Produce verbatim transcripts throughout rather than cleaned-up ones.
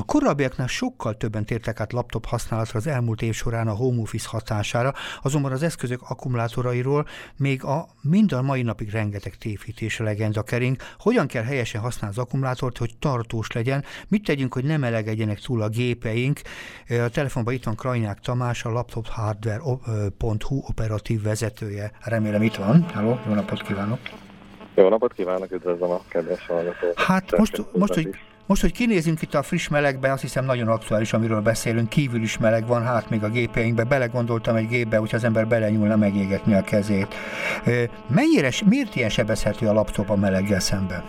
A korábbiaknál sokkal többen tértek át laptop használatra az elmúlt év során a home office hatására, azonban az eszközök akkumulátorairól még a mind a mai napig rengeteg tévhités a legenda kering. Hogyan kell helyesen használni az akkumulátort, hogy tartós legyen? Mit tegyünk, hogy ne melegedjenek túl a gépeink? A telefonban itt van Krajnák Tamás, a laptop hardware pont hu operatív vezetője. Remélem itt van. Halló, jó napot kívánok! Jó napot kívánok, üdvözlöm a kedves hallgatókat. Hát most, most, hogy, most, hogy kinézünk itt a friss melegbe, azt hiszem nagyon aktuális, amiről beszélünk, kívül is meleg van, hát még a gépeinkbe. Belegondoltam egy gépbe, hogyha az ember belenyúlna, megégetni a kezét. Mennyire, miért ilyen sebezhető a laptop a meleggel szemben?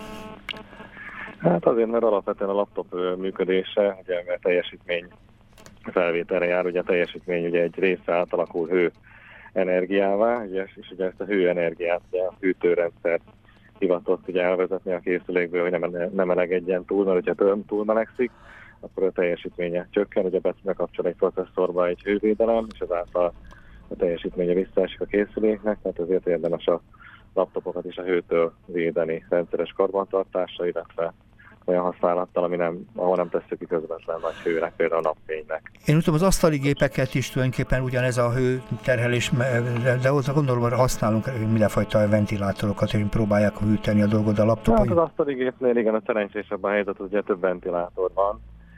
Hát azért, mert alapvetően a laptop működése, ugye a teljesítmény felvételre jár, ugye a teljesítmény ugye egy része átalakul hő energiává, ugye, és ugye ezt a hőenergiát, ugye a hűtőrendszer hivatott ugye elvezetni a készülékből, hogy nem, nem melegedjen túl, mert hogyha túl melegszik, akkor a teljesítménye csökken, ugye bekapcsol egy processzorba egy hővédelem, és ezáltal a teljesítménye visszaesik a készüléknek, tehát ezért érdemes a laptopokat is a hőtől védeni rendszeres karbantartással, illetve olyan használattal, ami nem, ahol nem tesszük ki közvetlen nagy hőnek, például a napfénynek. Én tudom, az asztali gépeket is tulajdonképpen ugyanez a hőterhelés, de ott gondolom, hogy használunk mindenfajta ventilátorokat, és próbálják hűteni a dolgot a laptopon. Hát az asztali gépnél igen, a szerencsésebb a helyzet, ugye több ventilátor van,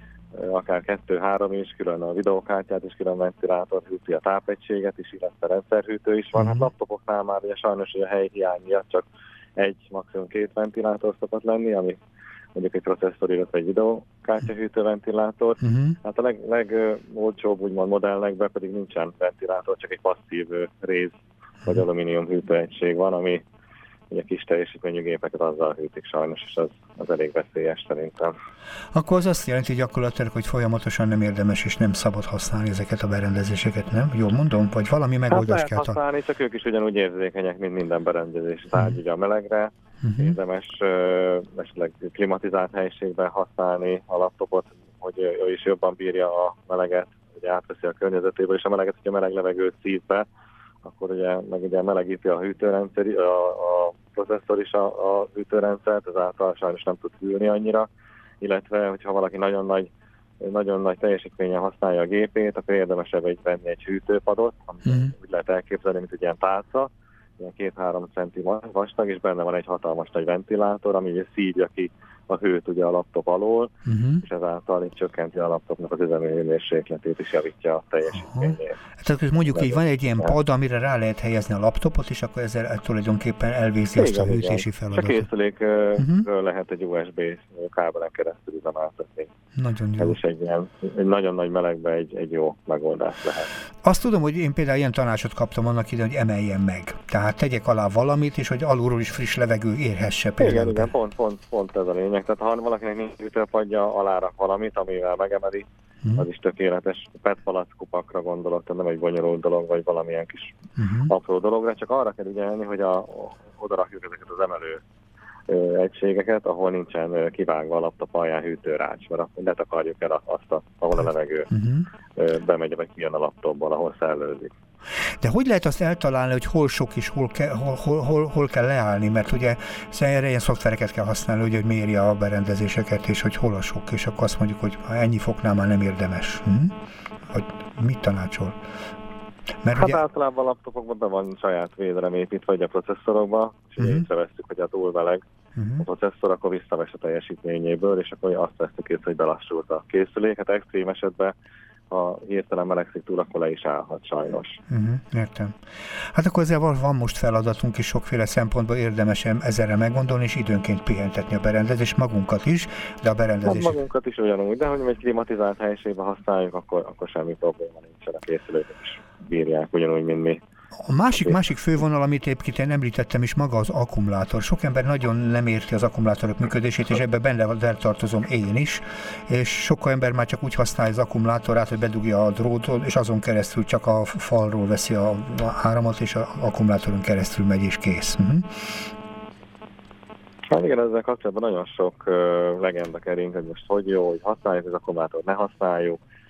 akár kettő-három is, külön a videókártyát is, külön ventilátor hűti, a tápegységet is, illetve rendszerhűtő is van. Uh-huh. Hát laptopoknál már ugye sajnos a helyhiány miatt csak egy, maximum két ventilátor szokott lenni, ami mondjuk egy processzor, illetve egy videókártyahűtő ventilátor. Uh-huh. Hát a leg, legolcsóbb úgymond modellekben pedig nincsen ventilátor, csak egy passzív réz vagy alumínium hűtőegység van, ami ugye kis teljesítményű gépeket azzal hűtik sajnos, és az, az elég veszélyes szerintem. Akkor az azt jelenti gyakorlatilag, hogy folyamatosan nem érdemes és nem szabad használni ezeket a berendezéseket, nem? Jól mondom? Vagy valami megoldást hát kell használni, használni, csak ők is ugyanúgy érzékenyek, mint minden berendezés. Tehát uh-huh. ugye a melegre, uh-huh. érdemes uh, esetleg klimatizált helyiségben használni a laptopot, hogy ő is jobban bírja a meleget, ugye átveszi a környezetéből, és a meleget, hogyha meleg levegőt szív be, akkor ugye meg ugye melegíti a hűtőrendszer, a, a processzor is a, a hűtőrendszert, ezáltal sajnos nem tud hűlni annyira, illetve hogyha valaki nagyon nagy, nagyon nagy teljesítményen használja a gépét, akkor érdemesebb egy venni egy hűtőpadot, amit mm. úgy lehet elképzelni, mint egy ilyen tálca, ilyen két-három centi vastag, és benne van egy hatalmas nagy ventilátor, ami ugye szívja ki a hőt ugye a laptop alól, uh-huh. és ezáltal így csökkenti a laptopnak az üzemhőmérsékletét és javítja a teljesítményét. Uh-huh. Hát akkor mondjuk, hogy van egy ilyen pad, amire rá lehet helyezni a laptopot, és akkor ezzel tulajdonképpen elvégzi azt a hűtési feladatot. És a készülékről uh-huh. lehet egy u es bé kábelen keresztül üzemeltetni. Nagyon jó. Ez is egy, ilyen, egy nagyon nagy melegbe egy, egy jó megoldás lehet. Azt tudom, hogy én például ilyen tanácsot kaptam annak idején, hogy emeljen meg. Tehát tegyek alá valamit, és hogy alulról is friss levegő érhesse például. Igen, igen, pont, pont, pont ez a lényeg. Tehát ha valakinek nincs hűtőpadja, alárak valamit, amivel megemeli, uh-huh. az is tökéletes. petpalackupakra gondolok, tehát nem egy bonyolult dolog, vagy valamilyen kis uh-huh. apró dologra, csak arra kell ügyelni, hogy a, oda rakjuk ezeket az emelő ö, egységeket, ahol nincsen ö, kivágva a laptop alján hűtőrács, mert akkor ne takarjuk el azt, a, ahol a levegő uh-huh. ö, bemegy, vagy kijön a laptopból, ahol szellőzik. De hogy lehet azt eltalálni, hogy hol sok és hol, ke, hol, hol, hol, hol kell leállni? Mert ugye erre ilyen szoftvereket kell használni, hogy, hogy mérje a berendezéseket, és hogy hol a sok, és akkor azt mondjuk, hogy ha ennyi foknál már nem érdemes. Hm? Hogy mit tanácsol? Mert hát ugye... általában a laptopokban be van saját védelem építve, vagy a processzorokban, és uh-huh. észrevesztük, hogy a túl meleg uh-huh. a processzor, akkor visszavesz a teljesítményéből, és akkor azt vesztük észre, hogy belassult a készülék. Hát extrém esetben, ha hirtelen melegszik túl, akkor le is állhat sajnos. Uh-huh, értem. Hát akkor ezzel van, van most feladatunk is, sokféle szempontból érdemes ezerre meggondolni, és időnként pihentetni a berendezést, magunkat is, de a berendezés... Hát magunkat is ugyanúgy, de hogy egy klimatizált helyiségben használjuk, akkor, akkor semmi probléma nincsen, a készüléket is bírják ugyanúgy, mint mi. A másik, másik fővonal, amit egyébként én említettem is, maga az akkumulátor. Sok ember nagyon nem érti az akkumulátorok működését, és ebben benne tartozom én is, és sok ember már csak úgy használja az akkumulátorát, hogy bedugja a drótot, és azon keresztül csak a falról veszi a áramot, és az akkumulátoron keresztül megy, és kész. Uh-huh. Hát igen, ezzel kapcsolatban nagyon sok uh, legenda kering, hogy most hogy jó, hogy használjuk az akkumulátort, ne használjuk.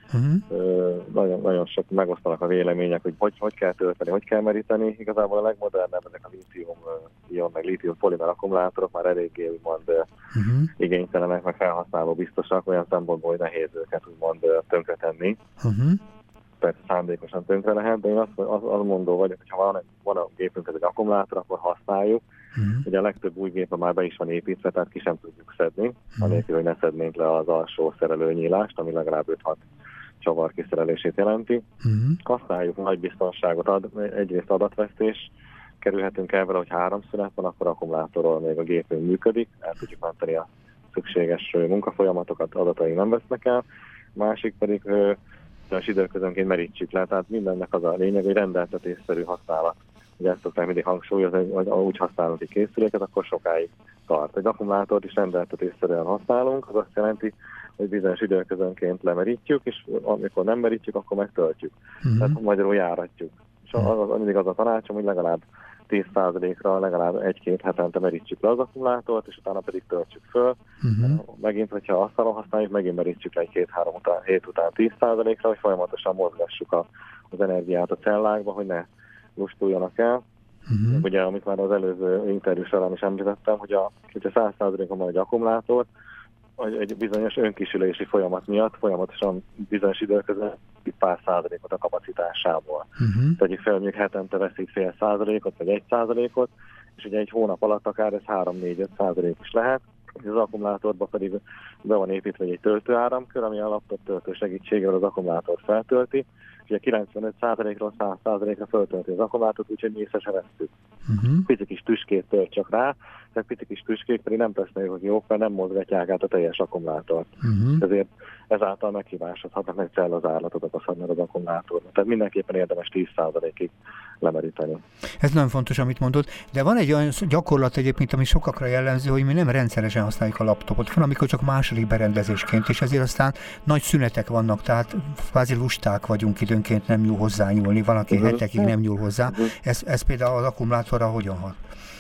uh-huh. nagyon, nagyon sok megosztanak a vélemények, hogy, hogy hogy kell tölteni, hogy kell meríteni. Igazából a legmodernebb ezek a lítium-ion, meg lítium-polimer akkumulátorok már eléggé úgymond uh-huh. igénytelenek, meg felhasználó biztosak, olyan szempontból, hogy nehéz őket úgymond tönkretenni. Uh-huh. Persze szándékosan tönkre lehet, de én azt, az, az mondó vagyok, hogy ha van, van a gépünk ez egy akkumulátor, akkor használjuk. Uh-huh. Ugye a legtöbb új gépen már be is van építve, tehát ki sem tudjuk szedni, uh-huh. anélkül, hogy ne szednénk le az alsó szerelőnyílást, ami legalább öt-hat csavar kiszerelését jelenti. Uh-huh. Használjuk, nagy biztonságot ad, egyrészt adatvesztés, kerülhetünk el vele, hogy három szünet van, akkor akkumulátorról még a gépünk működik, el tudjuk menteni a szükséges munkafolyamatokat, adatai nem vesznek el. Másik pedig bizonyos időközönként merítsük le, tehát mindennek az a lényeg, hogy rendeltetésszerű használat. Ugye ezt szokták mindig hangsúlyozni, hogy úgy használunk egy készüléket, akkor sokáig tart. Egy akkumulátort is rendeltetésszerűen használunk, az azt jelenti, hogy bizonyos időközönként lemerítjük, és amikor nem merítjük, akkor megtöltjük. Uh-huh. Tehát magyarul járatjuk. És az, az, mindig az a tanácsom, hogy legalább tíz százalékra legalább egy-két hetente merítsük le az akkumulátort, és utána pedig töltsük föl. Uh-huh. Megint, hogyha asztalon használjuk, megint merítsük le egy-két-három után, hét után tíz százalékra, hogy folyamatosan mozgassuk a, az energiát a cellákba, hogy ne lustuljanak el. Uh-huh. Ugye, amit már az előző interjú során is említettem, hogy a, hogyha száz százalékon van egy akkumulátor, hogy egy bizonyos önkisülési folyamat miatt folyamatosan bizonyos időközben pár százalékot a kapacitásából. Uh-huh. Tegyük fel, mondjuk hetente veszít fél százalékot, vagy egy százalékot, és ugye egy hónap alatt akár ez három-négy-öt százalék is lehet. Az akkumulátorban pedig be van építve egy töltőáramkör, ami a laptop töltő segítségével az akkumulátort feltölti. Ugye kilencvenöt százalékról száz százalékra föltölti az akkumulátort, úgyhogy mi észre se vesztük. Uh-huh. Pici kis tüskét tölt csak rá, tehát pici kis tüskék pedig nem tesznek, hogy jók, mert nem mozgatják át a teljes akkumulátort. Uh-huh. Ezért ezáltal meghibásodhatnak, meg cellazárlatot okozhatnak az akkumulátornak. Tehát mindenképpen érdemes tíz százalékig lemeríteni. Ez nagyon fontos, amit mondod, de van egy olyan gyakorlat egyébként, ami sokakra jellemző, hogy mi nem rendszeresen használjuk a laptopot, van, amikor csak második berendezésként, és ezért aztán nagy szünetek vannak, tehát kvázi lusták vagyunk időnként, nem nyúl hozzá nyúlni, van, aki uh-huh. hetekig nem nyúl hozzá. Uh-huh. Ez, ez például az akkumulátorra hogyan hat?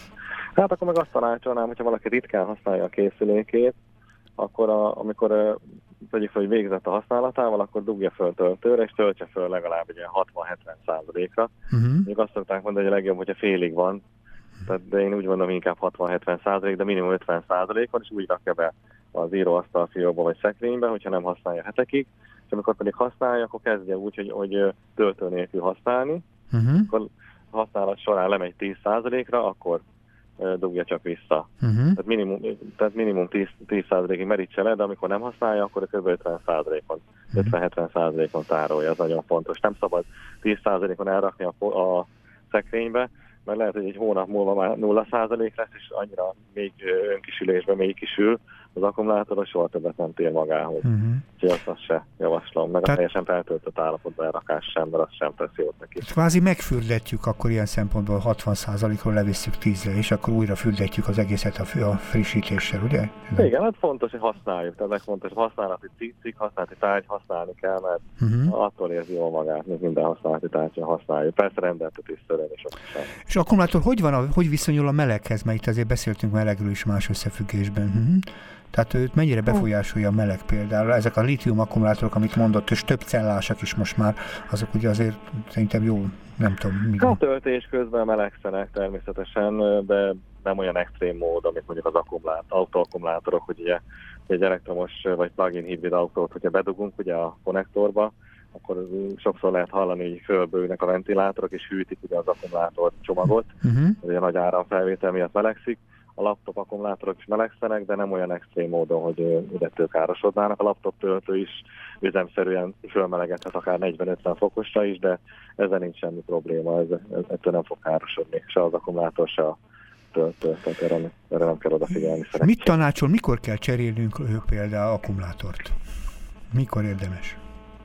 Hát akkor meg azt tanácsolnám, hogyha valaki ritkán használja a készülékét, akkor a, amikor tegyük fel, hogy végzett a használatával, akkor dugja föl töltőre, és töltse föl legalább egy hatvan-hetven százalékra. Uh-huh. Még azt szokták mondani, hogy a legjobb, hogyha félig van, tehát, de én úgy mondom, inkább hatvan-hetven százalék, de minimum ötven százalékon, és úgy rakja be az íróasztal fiókba vagy szekrénybe, hogyha nem használja hetekig, és amikor pedig használja, akkor kezdje úgy, hogy, hogy töltő nélkül használni, uh-huh. akkor használat során lemegy tíz százalékra, akkor dugja csak vissza. Uh-huh. Tehát minimum, tehát minimum tíz százalékig merítse le, de amikor nem használja, akkor kb. ötven százalékon, uh-huh. ötven-hetven százalékon tárolja, ez nagyon fontos. Nem szabad tíz százalékon elrakni a, a szekrénybe, mert lehet, hogy egy hónap múlva már nulla százalék lesz, és annyira még önkisülésbe még kisül az akkumulátor, soha többet nem tér magához. Uh-huh. Úgyhogy azt, azt se javaslom, meg Tehát... a teljesen feltöltött állapotban elrakás sem, mert azt sem tesz jót neki. Kvázi megfürdetjük, akkor ilyen szempontból hatvan százalékról levisszük tízre, és akkor újra fürdetjük az egészet a frissítéssel, ugye? Igen, hát fontos, hogy használjuk. Tehát legfontos, hogy használati cikk, használati tárgy használni kell, mert uh-huh. attól érzi jól magát, mint minden használati tárgyat használjuk. Persze rendeltetésszerűen is ott sem. És akkumulátor hogy van, a, hogy viszonyul a meleghez, mert itt azért beszéltünk melegről is más összefüggésben. Uh-huh. Tehát őt mennyire befolyásolja a meleg például? Ezek a lítium akkumulátorok, amit mondott, és több cellásak is most már, azok ugye azért szerintem jó, nem tudom. Mi a töltés közben melegszenek természetesen, de nem olyan extrém mód, amit mondjuk az akkumulát, autóakkumulátorok, hogy ugye egy elektromos vagy plug-in hibrid autót, hogyha bedugunk ugye a konnektorba, akkor sokszor lehet hallani, hogy fölbőgnek a ventilátorok, és hűtik ugye az akkumulátor csomagot, uh-huh. ugye nagy áramfelvétel miatt melegszik. A laptop akkumulátorok is melegszenek, de nem olyan extrém módon, hogy idettől károsodnának. A laptop töltő is üzemszerűen fölmelegedhet akár negyven-ötven fokosra is, de ezzel nincs semmi probléma, ez, ez, ettől nem fog károsodni, se az akkumulátor, se a töltő, tehát erre, erre nem kell odafigyelni. Szerencsé. Mit tanácsol, mikor kell cserélnünk például akkumulátort? Mikor érdemes?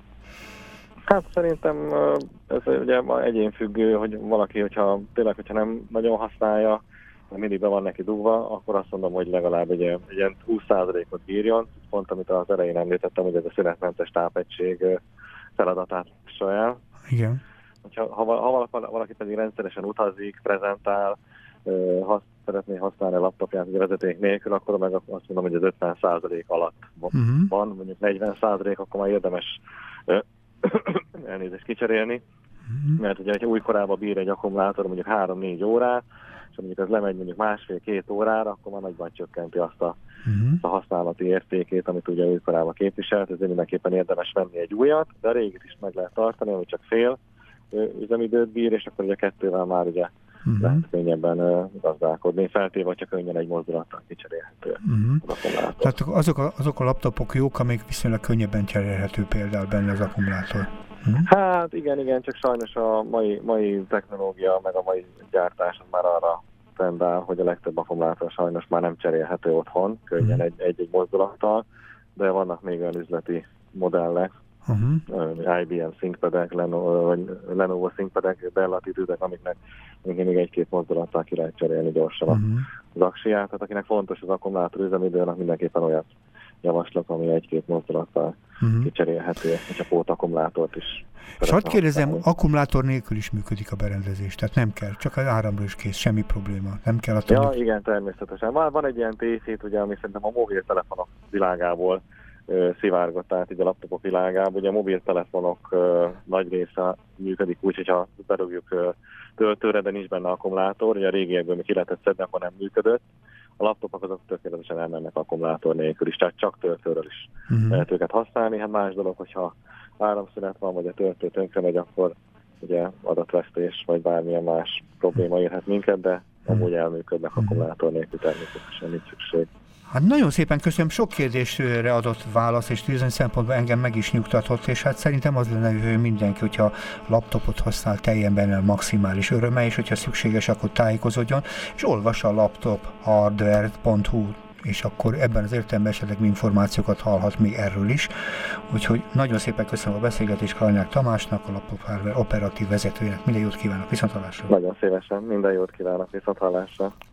Hát szerintem ez ugye egyénfüggő, hogy valaki, hogyha tényleg, hogyha nem nagyon használja, mindig be van neki dugva, akkor azt mondom, hogy legalább egy, egy ilyen húsz százalékot bírjon. Pont amit az elején említettem, hogy ez a szünetmentes tápegység feladatát lássa el. Igen. Ha, ha valaki, valaki pedig rendszeresen utazik, prezentál, ha szeretné használni a laptopját ugye vezeték nélkül, akkor meg azt mondom, hogy az ötven százalék alatt uh-huh. van, mondjuk negyven százalék, akkor már érdemes elnézést kicserélni, uh-huh. mert ugye egy új korában bír egy akkumulátor mondjuk három-négy órát, és mondjuk az lemegy mondjuk másfél-két órára, akkor már nagyban csökkenti azt a, uh-huh. a használati értékét, amit ugye új korában képviselt, ezért mindenképpen érdemes venni egy újat, de a régit is meg lehet tartani, ami csak fél üzemidőt bír, és akkor ugye kettővel már ugye uh-huh. lehet könnyebben uh, gazdálkodni, feltéve, hogyha könnyen egy mozdulattal kicserélhető uh-huh. az akkumulátor. Tehát azok a, azok a laptopok jók, amik viszonylag könnyebben cserélhető például benne az akkumulátor. Uh-huh. Hát igen, igen, csak sajnos a mai, mai technológia, meg a mai gyártás az már arra tendál, hogy a legtöbb akkumulátor sajnos már nem cserélhető otthon, könnyen uh-huh. egy-egy mozdulattal, de vannak még olyan üzleti modellek, uh-huh. I B M ThinkPadek, Lenovo, Lenovo ThinkPadek, Dell Latitude-ek, amiknek még egy-két mozdulattal ki lehet cserélni gyorsan uh-huh. az aksiját. Tehát akinek fontos az akkumulátor üzemidőnek, mindenképpen olyat javaslok, ami egy-két mozdulattal uh-huh. kicserélhető, és a pótakumulátort is. És hadd kérdezem, akkumulátor nélkül is működik a berendezés, tehát nem kell, csak az áramból is kész, semmi probléma. Nem kell attól. Ja, igen, természetesen. Van, van egy ilyen tészét, ugye, ami szerintem a mobiltelefonok világából uh, szivárgott át, így a laptopok világából. Ugye a mobiltelefonok uh, nagy része működik úgy, hogyha berúgjuk uh, töltőre, de nincs benne akkumulátor. Ugye a régiekből mi ki lehetett szedni, akkor nem működött. A laptopok azok tökéletesen elmennek akkumulátor nélkül is, tehát csak töltőről is uh-huh. lehet őket használni. Hát más dolog, hogyha áramszünet van, vagy a töltő tönkre megy, akkor ugye adatvesztés, vagy bármilyen más probléma érhet minket, de amúgy elműködnek akkumulátor nélkül, természetesen nincs szükség. Hát nagyon szépen köszönöm, sok kérdésre adott válasz, és bizonyos szempontból engem meg is nyugtatott, és hát szerintem az lenne, hogy mindenki, hogyha laptopot használ, teljen benne a maximális öröme, és hogyha szükséges, akkor tájékozódjon, és olvassa a laptop hardware pont hu, és akkor ebben az értelemben esetleg információkat hallhat még erről is. Úgyhogy nagyon szépen köszönöm a beszélgetést Krajnák Tamásnak, a Laptop Hardware operatív vezetőjének. Minden jót kívánok, viszonthallásra! Nagyon szívesen, minden jót kívánok, viszonthallásra!